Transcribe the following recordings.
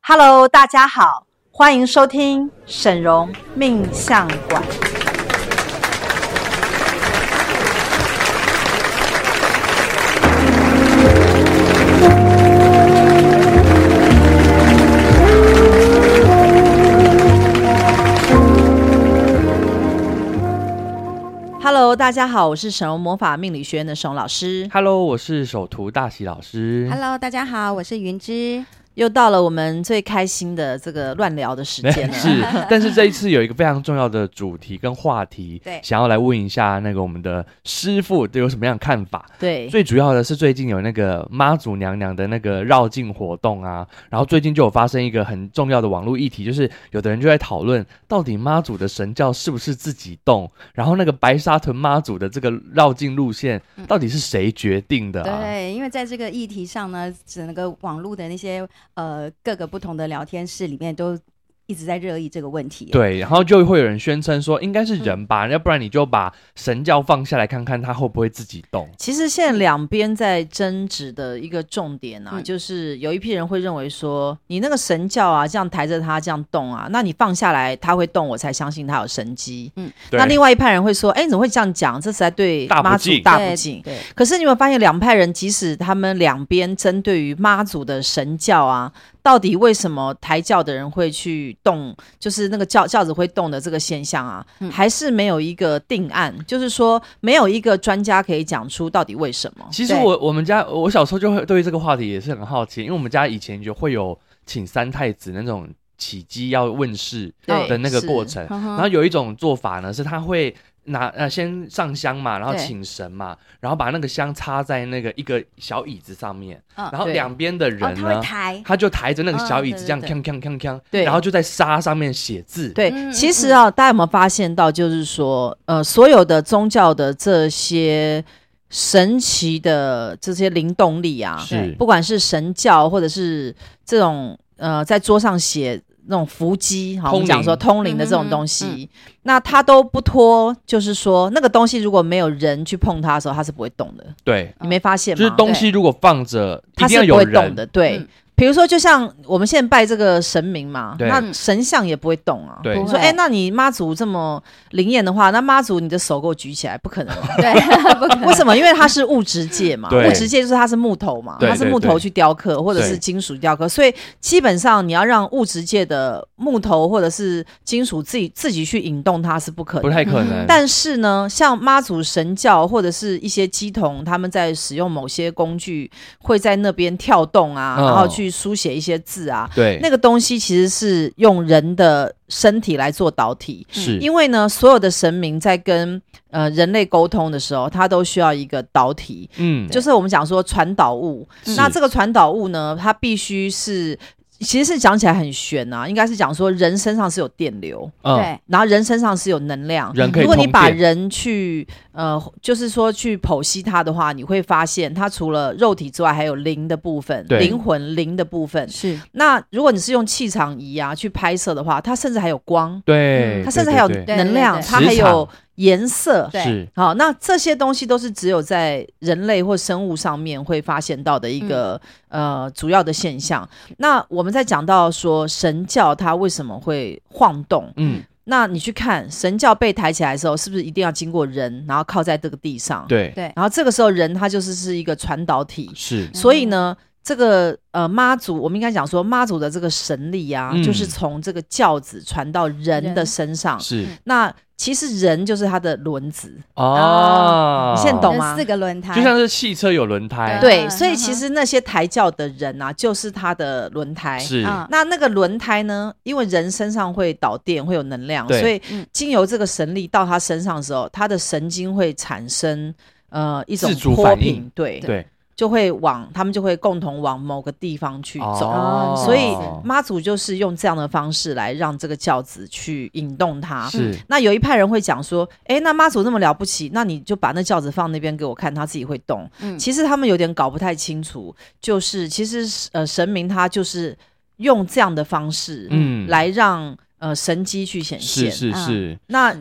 Hello， 大家好，欢迎收听沈荣命相馆。Hello， 大家好，我是沈荣魔法命理学院的沈荣老师。 Hello， 我是首图大喜老师。 Hello， 大家好，我是云芝。 又到了我们最开心的这个乱聊的时间了。 是，但是这一次有一个非常重要的主题跟话题， 对， 想要来问一下那个我们的师父对有什么样的看法？ 对， 最主要的是最近有那个妈祖娘娘的那个绕境活动啊，然后最近就有发生一个很重要的网络议题，就是有的人就在讨论到底妈祖的神教是不是自己动，然后那个白沙屯妈祖的这个绕境路线到底是谁决定的啊？ 对，因为在这个议题上呢，整个网络的那些各个不同的聊天室里面都一直在热议这个问题。 对，然后就会有人宣称说应该是人吧，要不然你就把神教放下来看看他会不会自己动。 其实现在两边在争执的一个重点啊，就是有一批人会认为说你那个神教啊这样抬着他这样动啊，那你放下来他会动我才相信他有神机。那另外一派人会说怎么会这样讲，这实在对妈祖大不敬。可是你有没有发现两派人即使他们两边针对于妈祖的神教啊，到底为什么抬轿的人会去动，就是那个轿子会动的这个现象啊，还是没有一个定案，就是说没有一个专家可以讲出到底为什么。 其实我小时候就会对于这个话题也是很好奇，因为我们家以前就会有请三太子那种起乩要问世的那个过程，然后有一种做法呢是他会先上香嘛，然后请神嘛，然后把那个香插在那个一个小椅子上面，然后两边的人呢，他就抬着那个小椅子这样锵锵锵锵，然后就在沙上面写字。 对，其实大家有没有发现到，就是说所有的宗教的这些神奇的这些灵动力啊，不管是神教或者是这种在桌上写那种伏击，我们讲说通灵的这种东西，那它都不脱，就是说那个东西如果没有人去碰它的时候，它是不会动的。 对， 你没发现吗？ 就是东西如果放着， 它是不会动的。对。比如说就像我们现在拜这个神明嘛，那神像也不会动啊。 对， 你说那你妈祖这么灵验的话，那妈祖你的手给我举起来，不可能。 对，不可能。 为什么？因为它是物质界嘛，物质界就是它是木头嘛，它是木头去雕刻，或者是金属雕刻，所以基本上你要让物质界的木头或者是金属自己去引动它是不可能， 不太可能。 但是呢，像妈祖神教或者是一些乩童，他们在使用某些工具，会在那边跳动啊，然后去书写一些字啊， 对， 那个东西其实是用人的身体来做导体， 是因为呢，所有的神明在跟人类沟通的时候，它都需要一个导体，就是我们讲说传导物。那这个传导物呢，它必须是。其实是讲起来很玄啊，应该是讲说人身上是有电流，对，然后人身上是有能量， 人可以如果你把人去就是说去剖析它的话，你会发现它除了肉体之外，还有灵的部分，灵魂灵的部分是。那如果你是用气场仪啊去拍摄的话，它甚至还有光， 对， 它甚至还有能量，它还有颜色， 是好，那这些东西都是只有在人类或生物上面会发现到的一个主要的现象。那我们在讲到说神教它为什么会晃动，那你去看神教被抬起来的时候，是不是一定要经过人，然后靠在这个地上？ 对， 然后这个时候人他是一个传导体， 是， 所以呢。这个妈祖，我们应该讲说妈祖的这个神力啊，就是从这个轿子传到人的身上。是，那其实人就是他的轮子你现在懂吗 ？4个轮胎， 就像是汽车有轮胎。 对，所以其实那些抬轿的人啊，就是他的轮胎。 是， 那个轮胎呢，因为人身上会导电，会有能量，所以经由这个神力到他身上的时候，他的神经会产生一种波频，对。他们就会共同往某个地方去走，所以妈祖就是用这样的方式来让这个轿子去引动它。 是， 那有一派人会讲说，那妈祖那么了不起，那你就把那轿子放那边给我看，他自己会动。其实他们有点搞不太清楚，就是其实神明他就是用这样的方式，来让神机去显现。 是。 那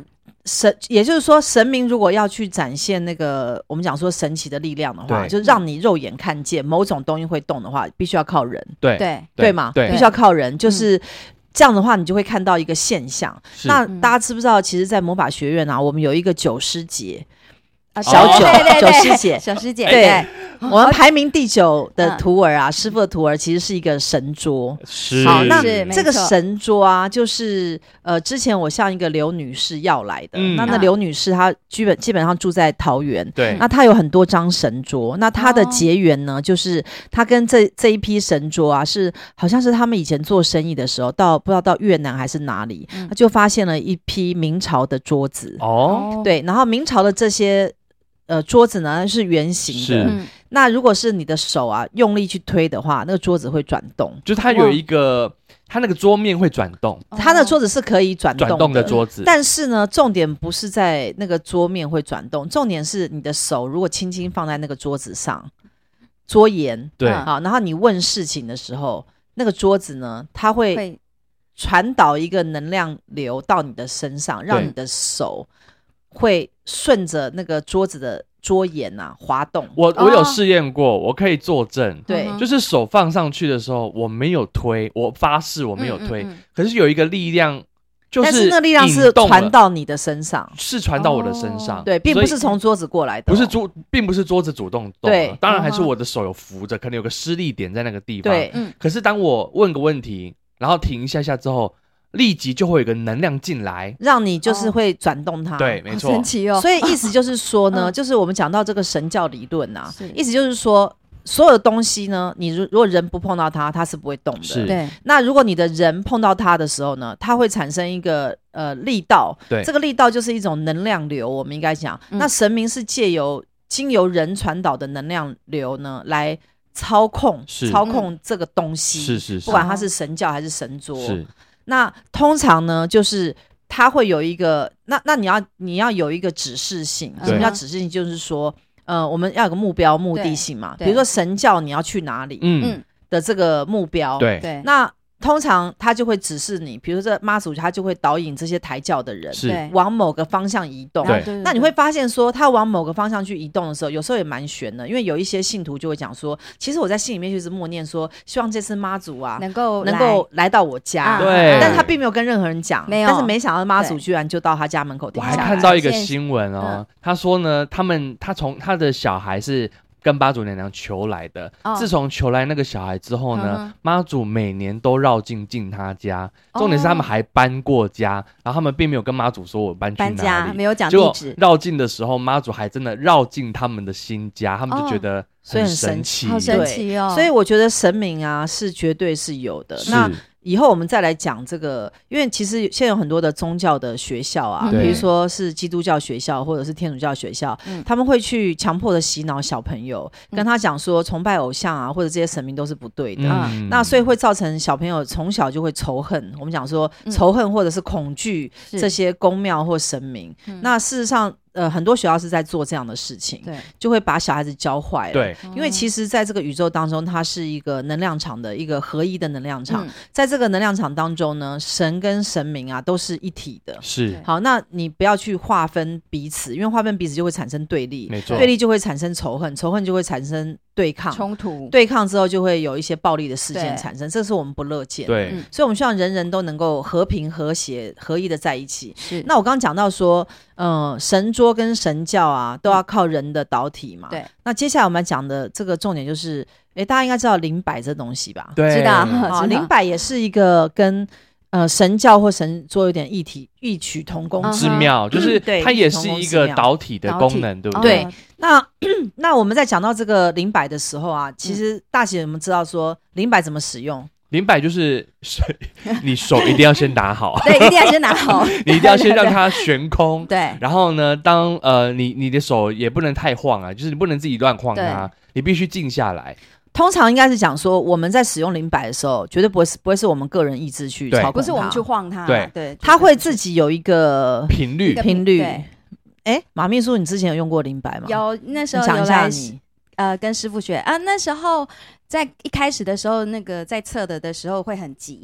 也就是说，神明如果要去展现那个我们讲说神奇的力量的话，就是让你肉眼看见某种东西会动的话，必须要靠人。对嘛？必须要靠人，就是这样的话，你就会看到一个现象。那大家知不知道，其实，在魔法学院啊，我们有一个九师节。小九师姐， 小师姐， 对，我们排名第9的徒儿啊，师傅的徒儿其实是一个神桌。好，那这个神桌啊，就是之前我向一个刘女士要来的。那刘女士她基本上住在桃园， 对， 那她有很多张神桌。那她的结缘呢，就是她跟这一批神桌啊，好像是他们以前做生意的时候，不知道到越南还是哪里，她就发现了一批明朝的桌子。对，然后明朝的这些桌子呢是圆形的，那如果是你的手啊用力去推的话，那个桌子会转动， 就它有一个，它那个桌面会转动， 它的桌子是可以转动的桌子。 但是呢，重点不是在那个桌面会转动，重点是你的手如果轻轻放在那个桌子上，桌沿， 对， 好，然后你问事情的时候，那个桌子呢，它会传导一个能量流到你的身上，让你的手会顺着那个桌子的桌沿啊滑动。 我有试验过，我可以作证。 对， 就是手放上去的时候，我没有推，我发誓我没有推。可是有一个力量，就是但是那力量是传到你的身上， 是传到我的身上。 对，并不是从桌子过来的， 并不是桌子主动动。 对， 当然还是我的手有扶着，可能有个施力点在那个地方。 对， 可是当我问个问题，然后停一下下之后，立即就会有一个能量进来， 让你就是会转动它。 对，没错。 神奇哦。 所以意思就是说呢，就是我们讲到这个神教理论啊，意思就是说，所有的东西呢，你如果人不碰到它，它是不会动的。 是。 对。 那如果你的人碰到它的时候呢，它会产生一个力道。 对。 这个力道就是一种能量流，我们应该讲。那神明是经由人传导的能量流呢，来操控这个东西。 是。 不管它是神教还是神桌。 是。 那通常呢，就是它会有一个，那你要有一个指示性。什么叫指示性？就是说，我们要有个目标、目的性嘛。比如说神教你要去哪里，的这个目标。 对。 那通常他就会指示你，比如说这妈祖他就会导引这些抬轿的人往某个方向移动。那你会发现说，他往某个方向去移动的时候，有时候也蛮悬的，因为有一些信徒就会讲说，其实我在心里面就是默念说，希望这次妈祖啊能够来到我家。 对， 但是他并没有跟任何人讲，但是没想到妈祖居然就到他家门口停下来。 我还看到一个新闻哦，他说呢，他从他的小孩是跟妈祖娘娘求来的。自从求来那个小孩之后呢，妈祖每年都绕进他家。重点是他们还搬过家，然后他们并没有跟妈祖说我搬去哪里， 没有讲地址。 结果绕境的时候，妈祖还真的绕进他们的新家，他们就觉得很神奇， 好神奇哦。 所以我觉得神明啊是绝对是有的。那以后我们再来讲这个，因为其实现在有很多的宗教的学校啊，比如说是基督教学校或者是天主教学校，他们会去强迫的洗脑小朋友，跟他讲说崇拜偶像啊或者这些神明都是不对的。那所以会造成小朋友从小就会仇恨，我们讲说仇恨或者是恐惧这些宫庙或神明。那事实上很多学校是在做这样的事情，就会把小孩子教坏了。 对， 因为其实在这个宇宙当中，它是一个能量场的一个合一的能量场。在这个能量场当中呢，神跟神明啊都是一体的。 是。 好，那你不要去划分彼此，因为划分彼此就会产生对立， 没错， 对立就会产生仇恨，仇恨就会产生对抗、 冲突， 对抗之后就会有一些暴力的事件产生，这是我们不乐见的。 对， 所以我们希望人人都能够和平、和谐、合一的在一起。 是。 那我刚刚讲到说，神桌跟神教啊，都要靠人的导体嘛。 对。 那接下来我们讲的这个重点就是，大家应该知道灵摆这东西吧？ 对， 知道。 灵摆也是一个跟神教或神桌有点异曲同工之妙，就是它也是一个导体的功能，对不对？ 那我们在讲到这个灵摆的时候啊，其实大姐有没有知道说灵摆怎么使用？ 灵摆就是你手一定要先拿好， 对，一定要先拿好， 你一定要先让它悬空， 对。 然后呢，当你的手也不能太晃啊，就是你不能自己乱晃它，你必须静下来。 通常应该是讲说，我们在使用灵摆的时候，绝对不会是我们个人意志去操控它， 不是我们去晃它， 对， 它会自己有一个频率。 马秘书，你之前有用过灵摆吗？ 有，那时候有来跟师父学啊。那时候在一开始的时候，那个在测的时候会很急，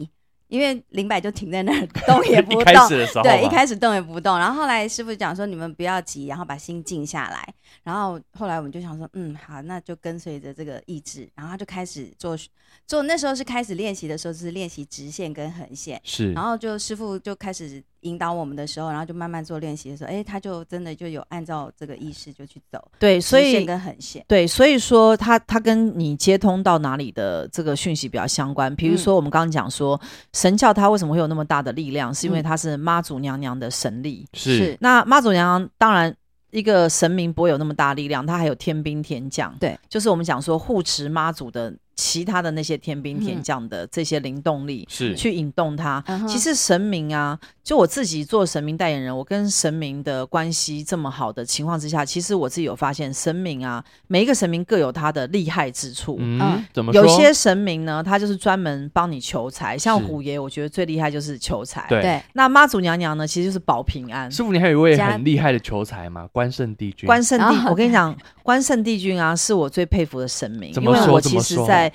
因为0-100就停在那儿动也不动， 一开始的时候对，一开始动也不动。然后后来师傅讲说你们不要急，然后把心静下来。然后后来我们就想说，好，那就跟随着这个意志，然后他就开始做。那时候是开始练习的时候，是练习直线跟横线， 是。 然后就师傅就开始引导我们的时候，然后就慢慢做练习的时候，他就真的就有按照这个意识就去走。 对，所以直线跟横线。 对，所以说他跟你接通到哪里的这个讯息比较相关。比如说我们刚刚讲说，神教它为什么会有那么大的力量，是因为它是妈祖娘娘的神力。 是。 那妈祖娘娘当然一个神明不会有那么大力量，它还有天兵天将。 对， 就是我们讲说护持妈祖的其他的那些天兵天将的这些灵动力， 是去引动它。其实神明啊，就我自己做神明代言人，我跟神明的关系这么好的情况之下，其实我自己有发现，神明啊，每一个神明各有他的厉害之处。 怎么说？ 有些神明呢，他就是专门帮你求财，像虎爷，我觉得最厉害就是求财。 对。 那妈祖娘娘呢，其实就是保平安。 师傅，你还有一位很厉害的求财吗？关圣帝君。 关圣帝，我跟你讲，关圣帝君啊，是我最佩服的神明，因为我其实在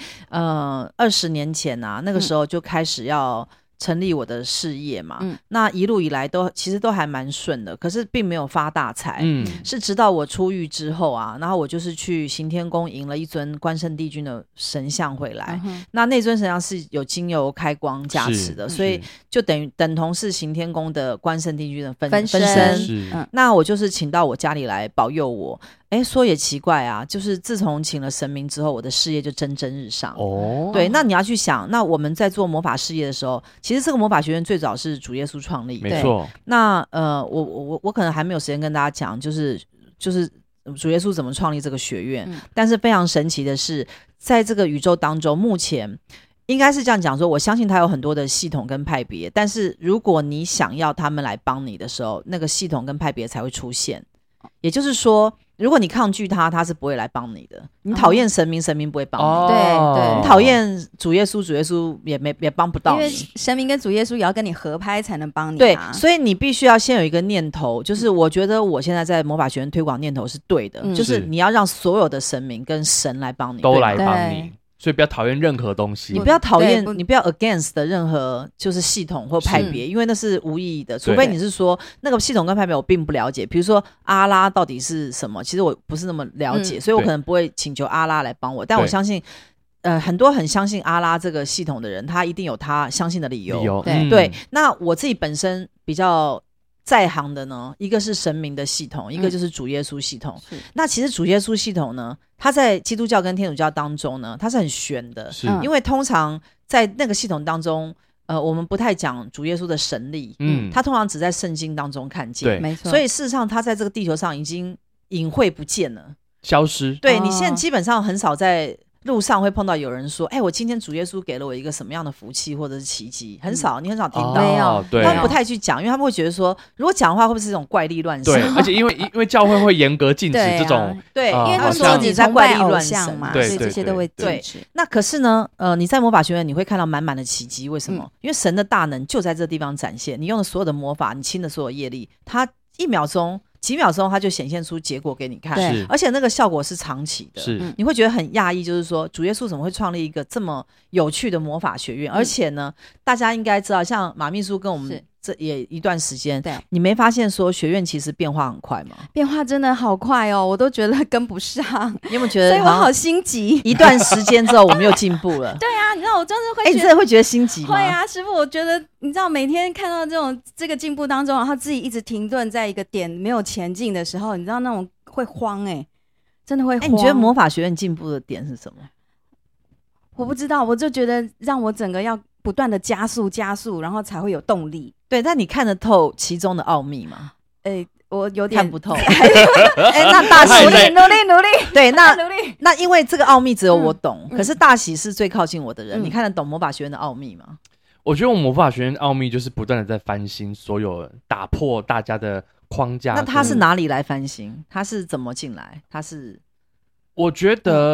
20年前啊，那个时候就开始要成立我的事业嘛，那一路以来其实都还蛮顺的，可是并没有发大财，是直到我出狱之后啊，然后我就是去行天宫迎了一尊关圣帝君的神像回来，那尊神像是有经由开光加持的，所以就等同是行天宫的关圣帝君的分身，那我就是请到我家里来保佑我。说也奇怪啊，就是自从请了神明之后，我的事业就蒸蒸日上。对，那你要去想，那我们在做魔法事业的时候，其实这个魔法学院最早是主耶稣创立的， 没错。 那我可能还没有时间跟大家讲，就是主耶稣怎么创立这个学院，但是非常神奇的是，在这个宇宙当中，目前应该是这样讲说，我相信它有很多的系统跟派别，但是如果你想要他们来帮你的时候，那个系统跟派别才会出现。也就是说，如果你抗拒他是不会来帮你的。你讨厌神明，神明不会帮你。 对， 你讨厌主耶稣，主耶稣也帮不到你。 因为神明跟主耶稣也要跟你合拍才能帮你。 对，所以你必须要先有一个念头，就是我觉得我现在在魔法学院推广念头是对的，就是你要让所有的神明跟神来帮你， 都来帮你。所以不要讨厌任何东西， 你不要讨厌，你不要 against 的任何就是系统或派别，因为那是无意义的。除非你是说那个系统跟派别我并不了解，比如说阿拉到底是什么，其实我不是那么了解，所以我可能不会请求阿拉来帮我。但我相信，很多很相信阿拉这个系统的人，他一定有他相信的理由。对，那我自己本身比较在行的呢，一个是神明的系统，一个就是主耶稣系统。那其实主耶稣系统呢，它在基督教跟天主教当中呢，它是很玄的，因为通常在那个系统当中，我们不太讲主耶稣的神力，他通常只在圣经当中看见， 没错。 所以事实上，他在这个地球上已经隐晦不见了， 消失。 对，你现在基本上很少在路上会碰到有人说，我今天主耶稣给了我一个什么样的福气或者是奇迹，很少，你很少听到。 没有， 他们不太去讲，因为他们会觉得说，如果讲的话，会不会是这种怪力乱神？ 对，而且因为教会会严格禁止这种， 对，因为他说你在怪力乱神嘛，所以这些都会禁止。 那可是呢，你在魔法学院你会看到满满的奇迹，为什么？因为神的大能就在这地方展现，你用的所有的魔法，你清的所有业力，它几秒钟它就显现出结果给你看，而且那个效果是长期的，你会觉得很讶异，就是说主耶稣怎么会创立一个这么有趣的魔法学院？而且呢，大家应该知道，像马秘书跟我们这也一段时间，你没发现说学院其实变化很快吗？ 变化真的好快哦，我都觉得跟不上。 你有没有觉得？ 所以我好心急。 一段时间之后，我们又进步了。 对啊，你知道我真的会， 你真的会觉得心急吗？ 会啊，师傅，我觉得你知道，每天看到这个进步当中，然后自己一直停顿在一个点没有前进的时候，你知道那种会慌真的会慌。 你觉得魔法学院进步的点是什么？ 我不知道，我就觉得让我整个要不断的加速，然后才会有动力。 对，但你看得透其中的奥秘吗？ 我有点看不透。那大喜努力。 对，那因为这个奥秘只有我懂，可是大喜是最靠近我的人，你看得懂魔法学院的奥秘吗？ 我觉得我魔法学院奥秘就是不断的在翻新所有打破大家的框架。 那他是哪里来翻新？他是怎么进来？他是我觉得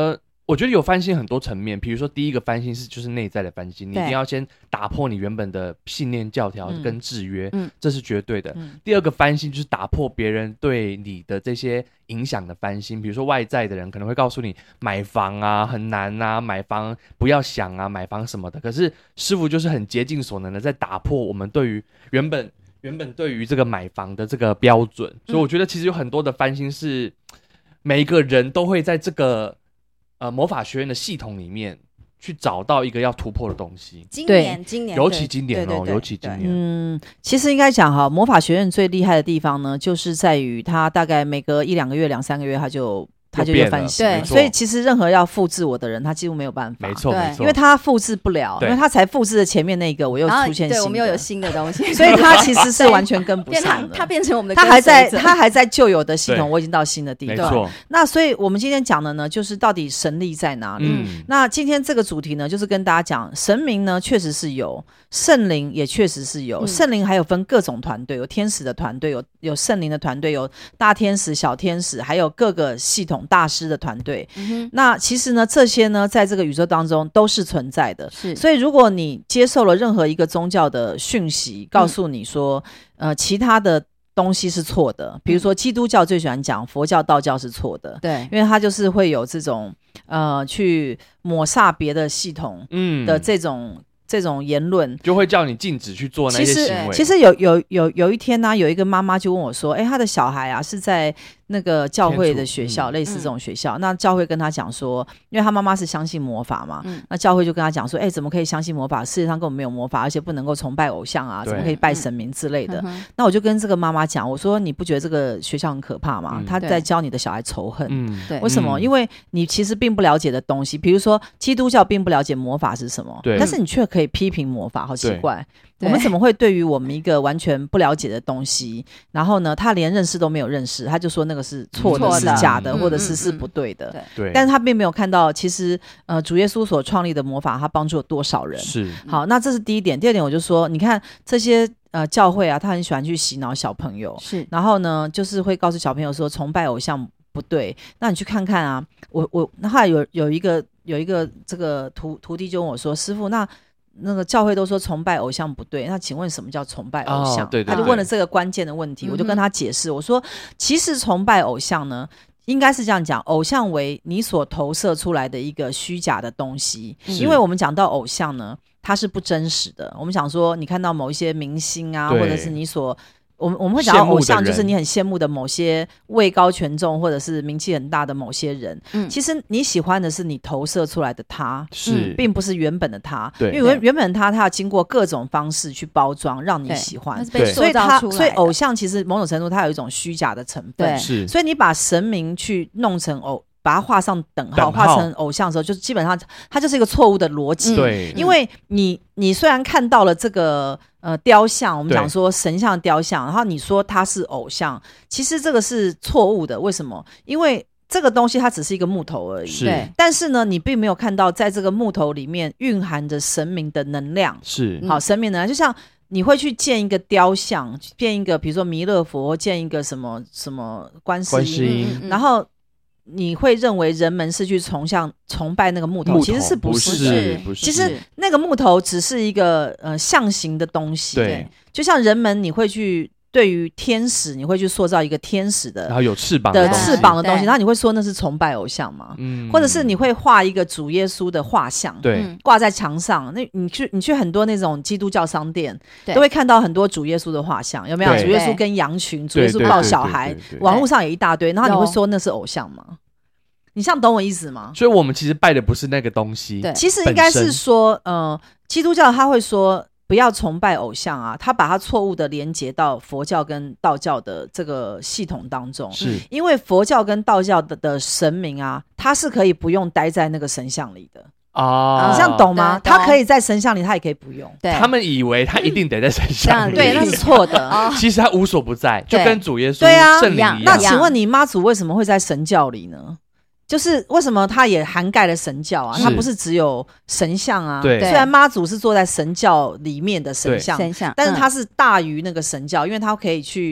我觉得有翻新很多层面，比如说第一个翻新就是内在的翻新，你一定要先打破你原本的信念教条跟制约，这是绝对的。第二个翻新就是打破别人对你的这些影响的翻新，比如说外在的人可能会告诉你买房啊很难啊，买房不要想啊，买房什么的。可是师父就是很竭尽所能的在打破我们对于原本对于这个买房的这个标准，所以我觉得其实有很多的翻新是每一个人都会在这个魔法学院的系统里面去找到一个要突破的东西。 今年尤其今年尤其今年。 其实应该讲哈，魔法学院最厉害的地方呢，就是在于它大概每隔1-2个月、2-3个月，它就有翻新， 对， 所以其实任何要复制我的人，他几乎没有办法， 没错， 因为他复制不了，因为他才复制了前面那个，我又出现新的， 对，我们又有新的东西， 所以他其实是完全跟不上的。 他变成我们的， 他还在旧有的系统，我已经到新的地方，没错。那所以我们今天讲的呢，就是到底神力在哪里？那今天这个主题呢，就是跟大家讲，神明呢确实是有，圣灵也确实是有，圣灵还有分各种团队，有天使的团队，有圣灵的团队，有大天使、小天使，还有各个系统大师的团队。那其实呢，这些呢，在这个宇宙当中都是存在的。所以如果你接受了任何一个宗教的讯息，告诉你说，其他的东西是错的，比如说基督教最喜欢讲佛教、道教是错的，对，因为它就是会有这种去抹煞别的系统的这种言论， 就会叫你禁止去做那些行为。 其实有一天呢，有一个妈妈就问我说：“她的小孩啊是在那个教会的学校，类似这种学校。那教会跟他讲说，因为他妈妈是相信魔法嘛，那教会就跟他讲说，怎么可以相信魔法？世界上根本没有魔法，而且不能够崇拜偶像啊，怎么可以拜神明之类的？那我就跟这个妈妈讲，我说你不觉得这个学校很可怕吗？他在教你的小孩仇恨，为什么？因为你其实并不了解的东西，比如说基督教并不了解魔法是什么，但是你却可以批评魔法，好奇怪。我们怎么会对于我们一个完全不了解的东西，然后呢，他连认识都没有认识，他就说那个是错的、是假的，或者是不对的。对，但是他并没有看到，其实主耶稣所创立的魔法，他帮助了多少人？是。好，那这是第一点。第二点，我就说，你看这些教会啊，他很喜欢去洗脑小朋友，是。然后呢，就是会告诉小朋友说，崇拜偶像不对。那你去看看啊，那后来有一个这个徒弟就问我说，师父，那个教会都说崇拜偶像不对，那请问什么叫崇拜偶像？对，他就问了这个关键的问题，我就跟他解释，我说其实崇拜偶像呢，应该是这样讲，偶像为你所投射出来的一个虚假的东西，因为我们讲到偶像呢，它是不真实的。我们想说，你看到某一些明星啊，或者是你所我们会讲到偶像，就是你很羡慕的某些位高权重或者是名气很大的某些人。其实你喜欢的是你投射出来的他，并不是原本的他。因为原本的他要经过各种方式去包装，让你喜欢。所以偶像其实某种程度它有一种虚假的成分。所以你把神明去弄成把它画上等号，画成偶像的时候，就基本上它就是一个错误的逻辑。因为你虽然看到了这个雕像，我们讲说神像雕像，然后你说它是偶像，其实这个是错误的。为什么？因为这个东西它只是一个木头而已，但是呢，你并没有看到在这个木头里面蕴含着神明的能量。好，神明能量就像你会去建一个雕像，建一个比如说弥勒佛，建一个什么什么观世音，然后你会认为人们是去崇拜那个木头，其实是不是？其实那个木头只是一个象形的东西。对，就像人们你会去对于天使，你会去塑造一个天使的， 然后有翅膀的东西，然后你会说那是崇拜偶像吗？或者是你会画一个主耶稣的画像，挂在墙上。那你去很多那种基督教商店，都会看到很多主耶稣的画像，有没有？主耶稣跟羊群，主耶稣抱小孩，网络上也一大堆。然后你会说那是偶像吗？你像懂我意思吗？ 所以我们其实拜的不是那个东西， 其实应该是说，基督教他会说不要崇拜偶像啊，他把它错误的连接到佛教跟道教的这个系统当中，是因为佛教跟道教的神明啊，他是可以不用待在那个神像里的。你这样懂吗？他可以在神像里，他也可以不用。 他们以为他一定得在神像里， 对，那是错的。 其实他无所不在，就跟主耶稣、圣灵一样。 那请问你妈祖为什么会在神教里呢？就是为什么它也涵盖了神教啊？它不是只有神像啊。对，虽然妈祖是坐在神教里面的神像，但是它是大于那个神教，因为它可以去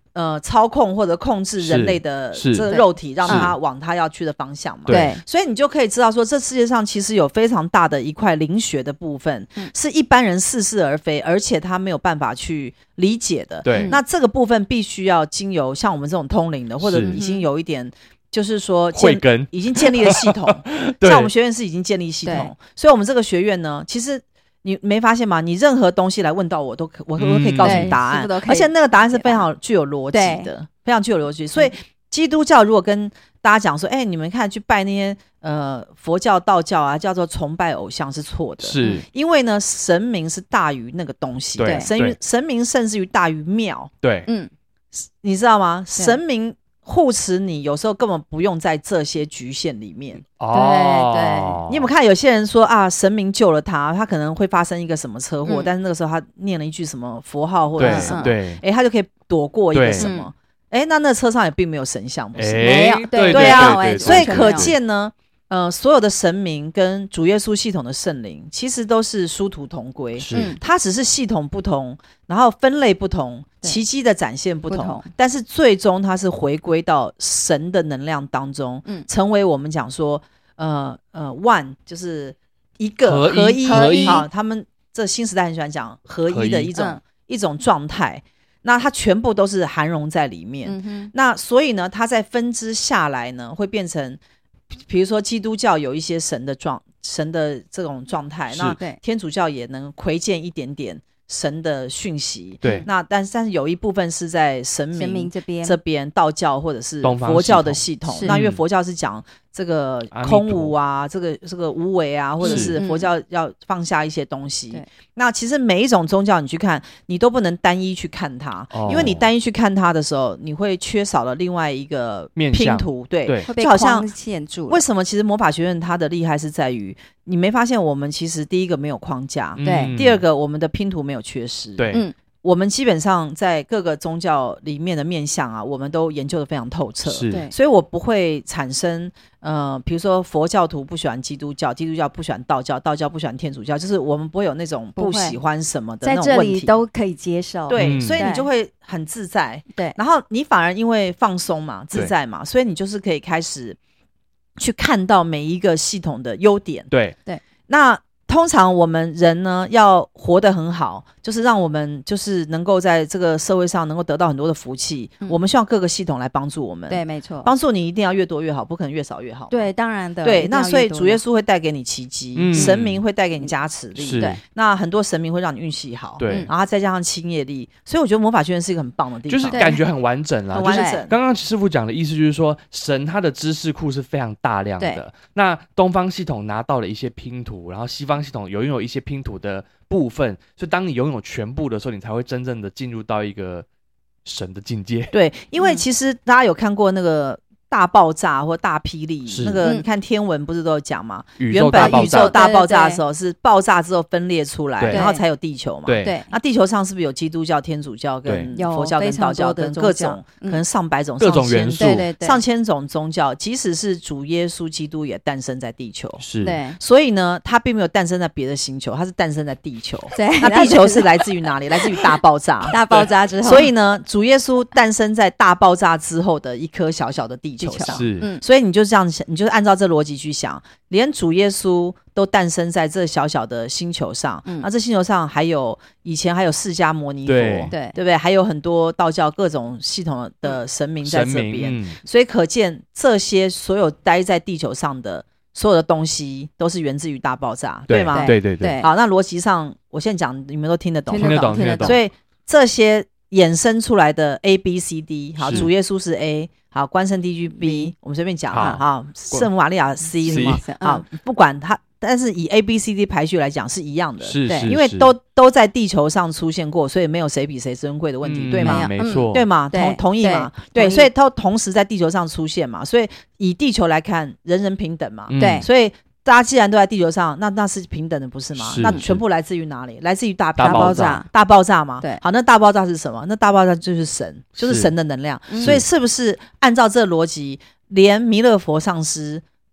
操控或者控制人类的这个肉体，让它往它要去的方向嘛。 对， 所以你就可以知道说，这世界上其实有非常大的一块灵学的部分，是一般人似是而非，而且他没有办法去理解的。 对， 那这个部分必须要经由像我们这种通灵的，或者已经有一点。就是说已经建立了系统像我们学院是已经建立系统，所以我们这个学院呢，其实你没发现吗？你任何东西来问到我都可以告诉你答案，而且那个答案是非常具有逻辑的，非常具有逻辑。所以基督教如果跟大家讲说，你们看去拜那些佛教道教啊，叫做崇拜偶像是错的， 是因为呢神明是大于那个东西，对，神明甚至于大于庙， 对， 你知道吗？神明护持你有时候根本不用在这些局限里面。 对， 你有没有看有些人说啊，神明救了他可能会发生一个什么车祸，但是那个时候他念了一句什么佛号或者是什么，他就可以躲过一个什么，那车上也并没有神像，不是？ 没有， 对啊，所以可见呢。所有的神明跟主耶稣系统的圣灵其实都是殊途同归，它只是系统不同，然后分类不同，奇迹的展现不同，但是最终它是回归到神的能量当中，成为我们讲说one 就是一个合一啊，他们这新时代很喜欢讲合一的一种状态。那它全部都是含融在里面，那所以呢它在分支下来呢会变成比如说基督教有一些神的这种状态，那天主教也能窥见一点点神的讯息， 对， 那但是有一部分是在神明这边道教或者是佛教的系统，那因为佛教是讲这个空无啊，这个无为啊，或者是佛教要放下一些东西，那其实每一种宗教你去看，你都不能单一去看它，因为你单一去看它的时候，你会缺少了另外一个拼图，对， 就好像为什么其实魔法学院它的厉害是在于，你没发现我们其实第一个没有框架， 对， 第二个我们的拼图没有缺失， 对， 我们基本上在各个宗教里面的面向啊，我们都研究得非常透彻，所以我不会产生比如说佛教徒不喜欢基督教，基督教不喜欢道教，道教不喜欢天主教，就是我们不会有那种不喜欢什么的那种问题， 在这里都可以接受， 对，所以你就会很自在，对，然后你反而因为放松嘛，自在嘛，所以你就是可以开始去看到每一个系统的优点， 对， 那通常我们人呢要活得很好，就是让我们就是能够在这个社会上能够得到很多的福气，我们需要各个系统来帮助我们， 对，没错， 帮助你一定要越多越好，不可能越少越好， 对，当然的， 对，那所以主耶稣会带给你奇迹，神明会带给你加持力，对，那很多神明会让你运气好， 对， 然后再加上清业力，所以我觉得魔法学院是一个很棒的地方， 就是感觉很完整啦， 很完整。 刚刚师父讲的意思就是说，神他的知识库是非常大量的，那东方系统拿到了一些拼图，然后西方系统拥有一些拼图的部分，所以当你拥有全部的时候，你才会真正的进入到一个神的境界。 对，因为其实大家有看过那个大爆炸或大霹雳，那个你看天文不是都有讲吗？原本宇宙大爆炸的时候是爆炸之后分裂出来，然后才有地球嘛。 对， 那地球上是不是有基督教、天主教跟佛教跟道教跟各种可能上百种、 各种元素、 上千种宗教？即使是主耶稣基督也诞生在地球， 是。 所以呢，他并没有诞生在别的星球，他是诞生在地球。那地球是来自于哪里？来自于大爆炸。 大爆炸之后， 所以呢，主耶稣诞生在大爆炸之后的一颗小小的地球上。 是。 所以你就这样想，你就是按照这逻辑去想，连主耶稣都诞生在这小小的星球上，那这星球上以前还有释迦牟尼佛，对不对？还有很多道教各种系统的神明在这边，所以可见这些所有待在地球上的所有的东西都是源自于大爆炸，对吗？ 对。 好，那逻辑上我现在讲，你们都听得懂， 听得懂。 所以这些衍生出来的 A、B、C、D， 好，主耶稣是 A。好，关圣帝君 B， 我们随便讲哈。好，圣母玛利亚 C 什么？好，不管它，但是以 A、B、C、D 排序来讲是一样的， 是， 因为都在地球上出现过，所以没有谁比谁珍贵的问题，对吗？ 没错， 对吗？同意嘛？对，所以都同时在地球上出现嘛，所以以地球来看，人人平等嘛，对，所以。大家既然都在地球上，那是平等的，不是吗？那全部来自于哪里？来自于大爆炸，大爆炸嘛。对，好，那大爆炸是什么？那大爆炸就是神，就是神的能量。所以是不是按照这逻辑，连弥勒佛上师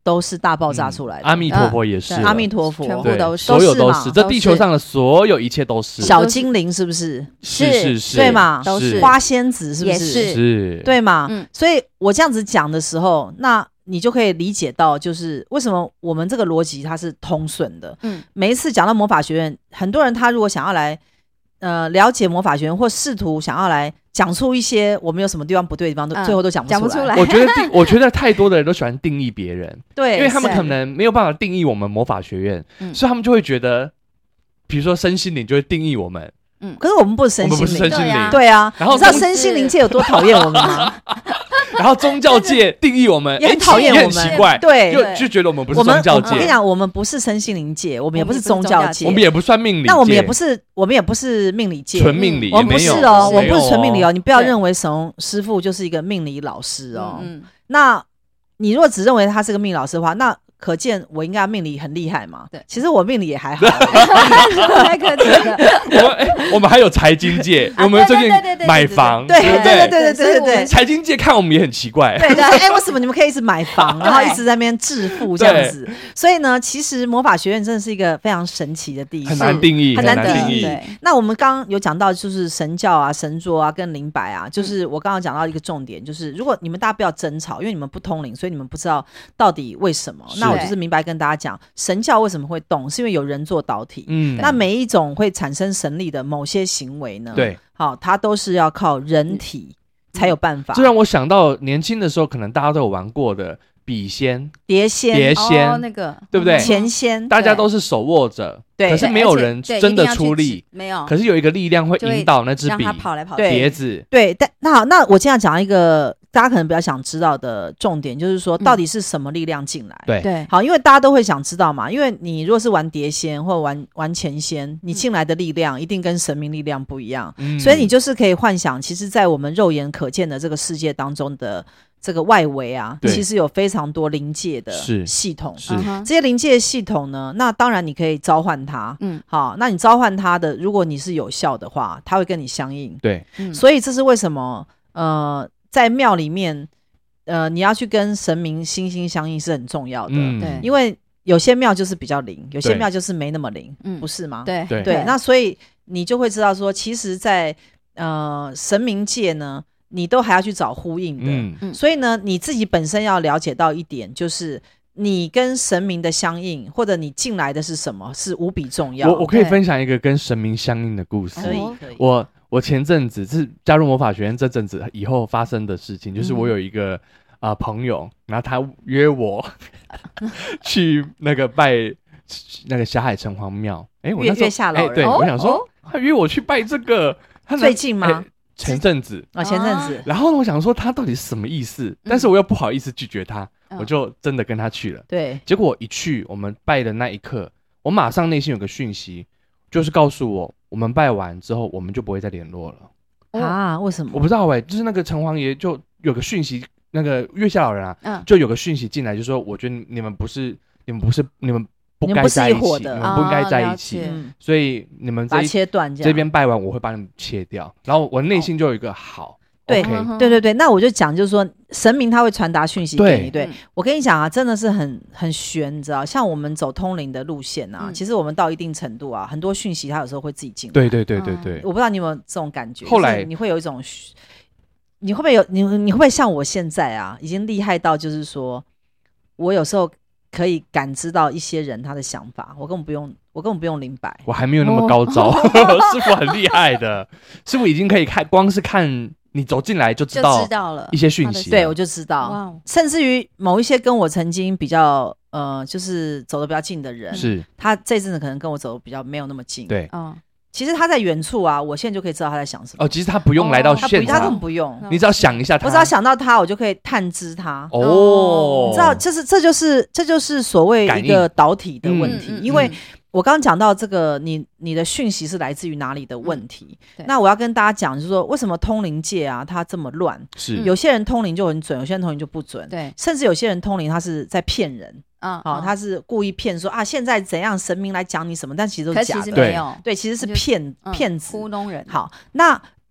都是大爆炸出来的。 阿弥陀佛也是， 阿弥陀佛全部都是， 所有都是，这地球上的所有一切都是。 小精灵是不是？ 是， 对嘛？ 都是花仙子是不是？ 是， 对嘛？所以我这样子讲的时候，那你就可以理解到，就是为什么我们这个逻辑它是通顺的。每一次讲到魔法学院，很多人他如果想要来了解魔法学院，或试图想要来讲出一些我们有什么地方不对的地方，最后都讲不出来。 我觉得太多的人都喜欢定义别人， 对， 因为他们可能没有办法定义我们魔法学院，所以他们就会觉得，比如说身心灵就会定义我们。 可是我们不是身心灵，对啊。 然后你知道身心灵界有多讨厌我们吗？ 然后宗教界定义我们也很讨厌我们， 奇怪， 对， 就觉得我们不是宗教界。 我跟你讲，我们不是身心灵界，我们也不是宗教界， 我们也不算命理界， 那我们也不是命理界， 纯命理， 我们不是哦，我们不是纯命理哦。你不要认为沈荣师傅就是一个命理老师哦。那你如果只认为他是个命理老师的话，那可见我应该命理很厉害嘛？对，其实我命理也还好， 太客气了。 我们还有财经界，我们最近买房， 对， 财经界看我们也很奇怪， 对，为什么你们可以一直买房，然后一直在那边致富这样子？所以呢，其实魔法学院真的是一个非常神奇的地方， 很难定义， 很难定义。那我们刚刚有讲到，就是神教啊、神桌啊跟灵摆啊，就是我刚刚讲到一个重点，就是如果你们大家不要争吵，因为你们不通灵，所以你们不知道到底为什么。那我就是明白跟大家讲，神教为什么会动，是因为有人做导体。那每一种会产生神力的某些行为呢， 对， 好，它都是要靠人体才有办法。 这让我想到年轻的时候，可能大家都有玩过的笔仙、 碟仙、 那个对不对？ 钱仙， 大家都是手握着， 对， 可是没有人真的出力， 没有。 可是有一个力量会引导那支笔， 让它跑来跑去， 碟子。 对，但那我这样讲一个大家可能比较想知道的重点，就是说到底是什么力量进来？ 对， 好，因为大家都会想知道嘛，因为你如果是玩碟仙或玩钱仙，你进来的力量一定跟神明力量不一样，所以你就是可以幻想，其实在我们肉眼可见的这个世界当中的这个外围啊，其实有非常多灵界的系统，这些灵界系统呢，那当然你可以召唤它，好，那你召唤它的，如果你是有效的话，它会跟你相应， 对， 所以这是为什么在庙里面你要去跟神明心心相印是很重要的，对，因为有些庙就是比较灵，有些庙就是没那么灵，不是吗？ 对， 那所以你就会知道说，其实在神明界呢，你都还要去找呼应的，所以呢，你自己本身要了解到一点，就是你跟神明的相应，或者你进来的是什么，是无比重要。 我可以分享一个跟神明相应的故事。 可以。 我前阵子是加入魔法学院这阵子以后发生的事情，就是我有一个朋友，然后他约我去那个拜那个霞海城隍庙。我那时候月下老人， 对，我想说他约我去拜这个， 最近吗？ 前阵子前阵子。 然后我想说他到底是什么意思，但是我又不好意思拒绝他，我就真的跟他去了。 对， 结果我一去，我们拜的那一刻，我马上内心有个讯息，就是告诉我们拜完之后，我们就不会再联络了。 啊？为什么？ 我不知道就是那个城隍爷就有个讯息，那个月下老人就有个讯息进来，就说我觉得你们不该在一起，你们不应该在一起，所以你们把切断这边拜完，我会把你们切掉。然后我内心就有一个好。 对，那我就讲，就是说神明他会传达讯息给你。对，我跟你讲啊，真的是很玄，你知道，像我们走通灵的路线啊，其实我们到一定程度啊，很多讯息它有时候会自己进来。 对， 我不知道你有没有这种感觉。 后来你会有一种，你会不会像我现在啊，已经厉害到就是说，我有时候可以感知到一些人他的想法，我根本不用灵摆， 我还没有那么高招。师傅很厉害的，师傅已经可以光是看你走进来就知道了一些讯息， 对，我就知道，甚至于某一些跟我曾经比较就是走得比较近的人， 是他这阵子可能跟我走得比较没有那么近， 对， 其实他在远处啊，我现在就可以知道他在想什么。 其实他不用来到现场， 他根本不用， 你只要想一下他， 我只要想到他，我就可以探知他。 你知道，这就是所谓一个导体的问题，因为我刚刚讲到这个，你的讯息是来自于哪里的问题。那我要跟大家讲，就是说为什么通灵界啊，它这么乱？ 是有些人通灵就很准，有些人通灵就不准。 对， 甚至有些人通灵他是在骗人。他是故意骗说现在怎样神明来讲你什么，但其实都是假的。 没有， 对，其实是骗子， 糊弄人。 好，那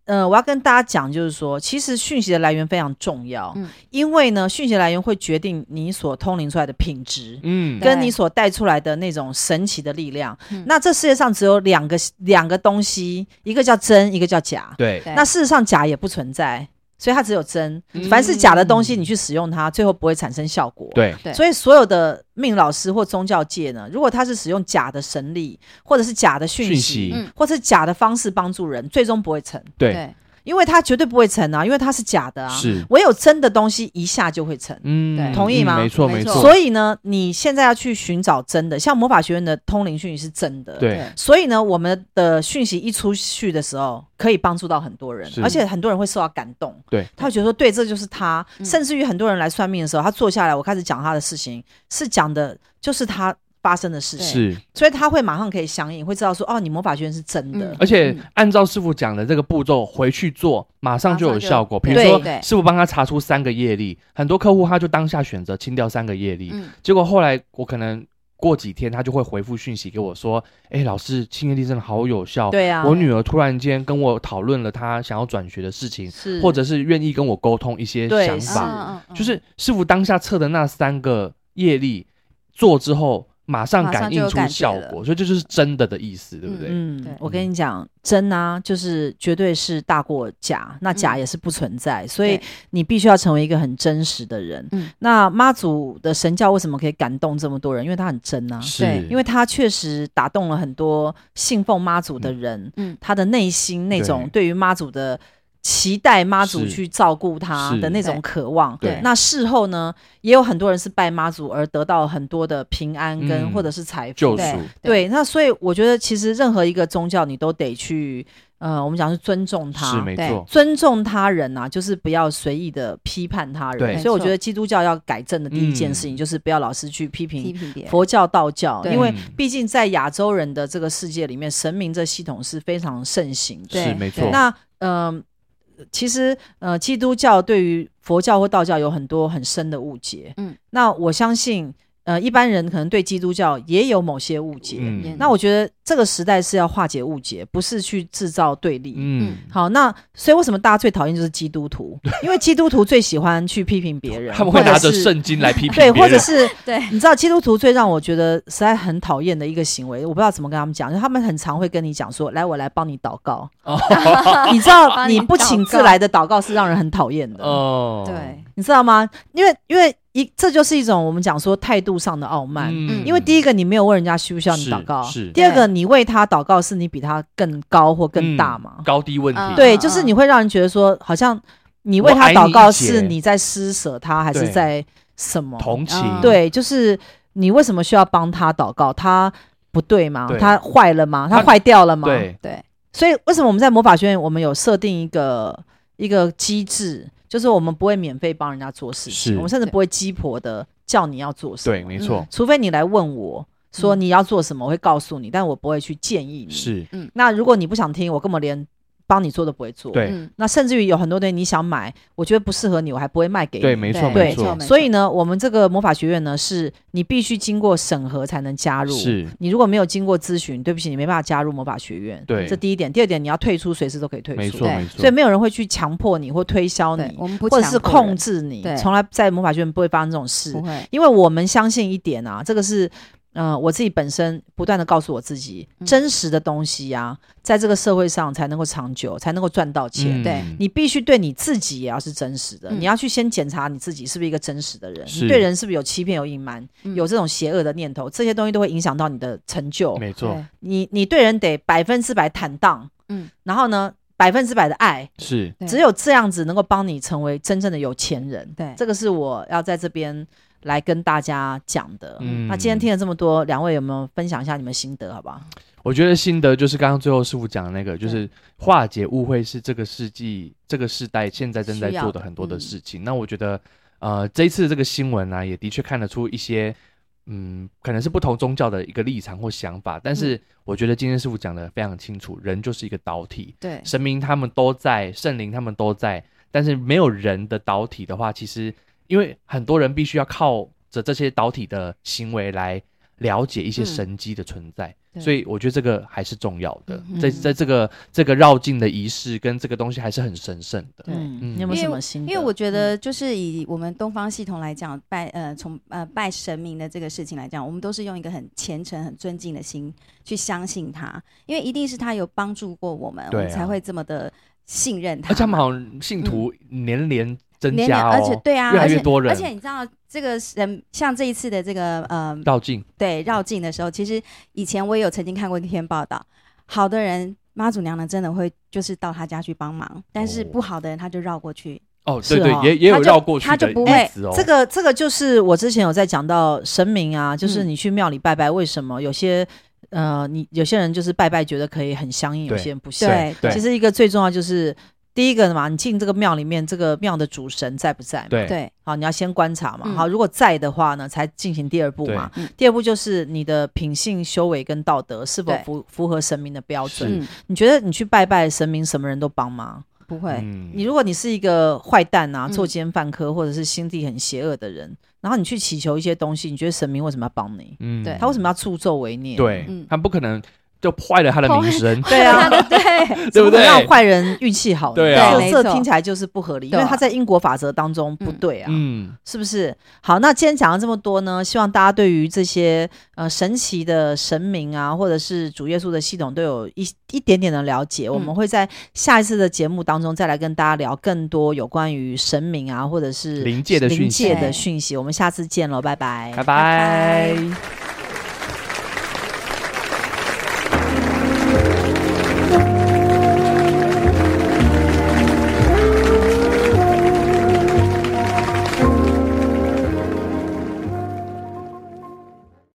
我要跟大家讲，就是说，其实讯息的来源非常重要，因为呢，讯息来源会决定你所通灵出来的品质，跟你所带出来的那种神奇的力量。那这世界上只有两个东西，一个叫真，一个叫假。 对， 那事实上假也不存在。所以它只有真，凡是假的东西，你去使用它，最后不会产生效果。 对， 所以所有的命老师或宗教界呢，如果他是使用假的神力，或者是假的讯息，或者是假的方式帮助人，最终不会成。 对。 因为它绝对不会成啊，因为它是假的啊。 是， 唯有真的东西一下就会成。对，同意吗？ 没错没错。 所以呢，你现在要去寻找真的，像魔法学院的通灵讯息是真的。 对。 所以呢，我们的讯息一出去的时候，可以帮助到很多人，而且很多人会受到感动。 对， 他会觉得说，对，这就是他。甚至于很多人来算命的时候，他坐下来，我开始讲他的事情，是讲的就是他发生的事情， 是，所以他会马上可以响应，会知道说，哦，你魔法学院是真的， 而且按照师傅讲的这个步骤回去做，马上就有效果。比如说，师傅帮他查出3个业力，很多客户他就当下选择清掉3个业力，结果后来我可能过几天他就会回复讯息给我说，老师，清业力真的好有效。 对啊， 我女儿突然间跟我讨论了她想要转学的事情，或者是愿意跟我沟通一些想法，就是师傅当下测的那3个业力做之后。马上感应出效果，所以这就是真的的意思，对不对？ 我跟你讲，真啊，就是绝对是大过假，那假也是不存在，所以你必须要成为一个很真实的人。那妈祖的神教为什么可以感动这么多人？因为它很真啊， 对， 因为它确实打动了很多信奉妈祖的人，他的内心那种对于妈祖的期待妈祖去照顾他的那种渴望。 对， 那事后呢，也有很多人是拜妈祖而得到很多的平安跟或者是财富救赎。 对，那所以我觉得其实任何一个宗教你都得去我们讲是尊重他， 是没错， 尊重他人啊，就是不要随意的批判他人。 对， 所以我觉得基督教要改正的第一件事情就是不要老是去批评佛教、道教，因为毕竟在亚洲人的这个世界里面，神明这系统是非常盛行的。 是没错。 那其实基督教对于佛教或道教有很多很深的误解。那我相信一般人可能对基督教也有某些误解。那我觉得这个时代是要化解误解，不是去制造对立。好，那所以为什么大家最讨厌就是基督徒？因为基督徒最喜欢去批评别人， 他们会拿着圣经来批评别人，对，或者是对，你知道基督徒最让我觉得实在很讨厌的一个行为，我不知道怎么跟他们讲，就他们很常会跟你讲说，来，我来帮你祷告。你知道你不请自来的祷告是让人很讨厌的。对，你知道吗？因为这就是一种我们讲说态度上的傲慢。因为第一个你没有问人家需不需要你祷告，第二个你为他祷告是你比他更高或更大嘛， 高低问题。 对，就是你会让人觉得说好像你为他祷告是你在施舍他还是在什么同情。 对，就是你为什么需要帮他祷告？他不对吗？他坏了吗？他坏掉了吗？ 对， 所以为什么我们在魔法学院我们有设定一个机制，就是我们不会免费帮人家做事情，我们甚至不会鸡婆的叫你要做什么。 对，没错。 除非你来问我说你要做什么，我会告诉你，但我不会去建议你。 是， 那如果你不想听，我根本连帮你做都不会做。 对， 那甚至于有很多东西你想买，我觉得不适合你，我还不会卖给你。 对，没错，没错。 所以呢，我们这个魔法学院呢，是你必须经过审核才能加入。 是， 你如果没有经过咨询，对不起，你没办法加入魔法学院。 对， 这第一点。第二点，你要退出，随时都可以退出。 没错，没错。 所以没有人会去强迫你或推销你，或者是控制你。从来在魔法学院不会发生这种事，因为我们相信一点啊，这个是。我自己本身不断的告诉我自己，真实的东西啊，在这个社会上才能够长久，才能够赚到钱。对，你必须对你自己也要是真实的，你要去先检查你自己是不是一个真实的人，你对人是不是有欺骗、有隐瞒、有这种邪恶的念头，这些东西都会影响到你的成就。 没错， 你对人得100%坦荡，然后呢，100%的爱， 是只有这样子能够帮你成为真正的有钱人。 对， 这个是我要在这边来跟大家讲的。那今天听了这么多，两位有没有分享一下你们心得好不好？ 我觉得心得就是刚刚最后师傅讲的那个，就是化解误会是这个世代现在正在做的很多的事情。那我觉得这一次这个新闻啊，也的确看得出一些可能是不同宗教的一个立场或想法，但是我觉得今天师傅讲的非常清楚，人就是一个导体， 对， 神明他们都在，圣灵他们都在，但是没有人的导体的话，其实因为很多人必须要靠着这些导体的行为来了解一些神迹的存在， 所以我觉得这个还是重要的，在这个绕境的仪式跟这个东西还是很神圣的。 你有没有什么心得？ 因为我觉得就是以我们东方系统来讲，拜神明的这个事情来讲，我们都是用一个很虔诚、很尊敬的心去相信他，因为一定是他有帮助过我们，我们才会这么的信任他。 而且他们好像信徒年年增加而且对啊， 越来越多人。 而且你知道这个像这一次的这个绕境， 对绕境的时候，其实以前我也有曾经看过一篇报道，好的人妈祖娘娘真的会就是到他家去帮忙，但是不好的人他就绕过去。 对对，也有绕过去的， 他就不会。 这个就是我之前有在讲到神明啊，就是你去庙里拜拜，为什么有些有些人就是拜拜觉得可以很相应，有些人不信。 对， 其实一个最重要就是第一个嘛，你进这个庙里面，这个庙的主神在不在嘛？ 对， 好，你要先观察嘛。好，如果在的话呢，才进行第二步嘛。第二步就是你的品性、修为跟道德是否符合神明的标准。你觉得你去拜拜神明，什么人都帮吗？ 不会。 如果你是一个坏蛋啊，作奸犯科，或者是心地很邪恶的人，然后你去祈求一些东西，你觉得神明为什么要帮你？对，他为什么要助纣为虐？ 对，他不可能就坏了他的名声。 对啊， 对不对？ 让坏人运气好， 对啊， 这听起来就是不合理，因为他在因果法则当中不对啊，是不是？好，那今天讲了这么多呢，希望大家对于这些神奇的神明啊，或者是主耶稣的系统都有一点点的了解。我们会在下一次的节目当中再来跟大家聊更多有关于神明啊，或者是灵界的讯息。 我们下次见喽，拜拜， 拜拜。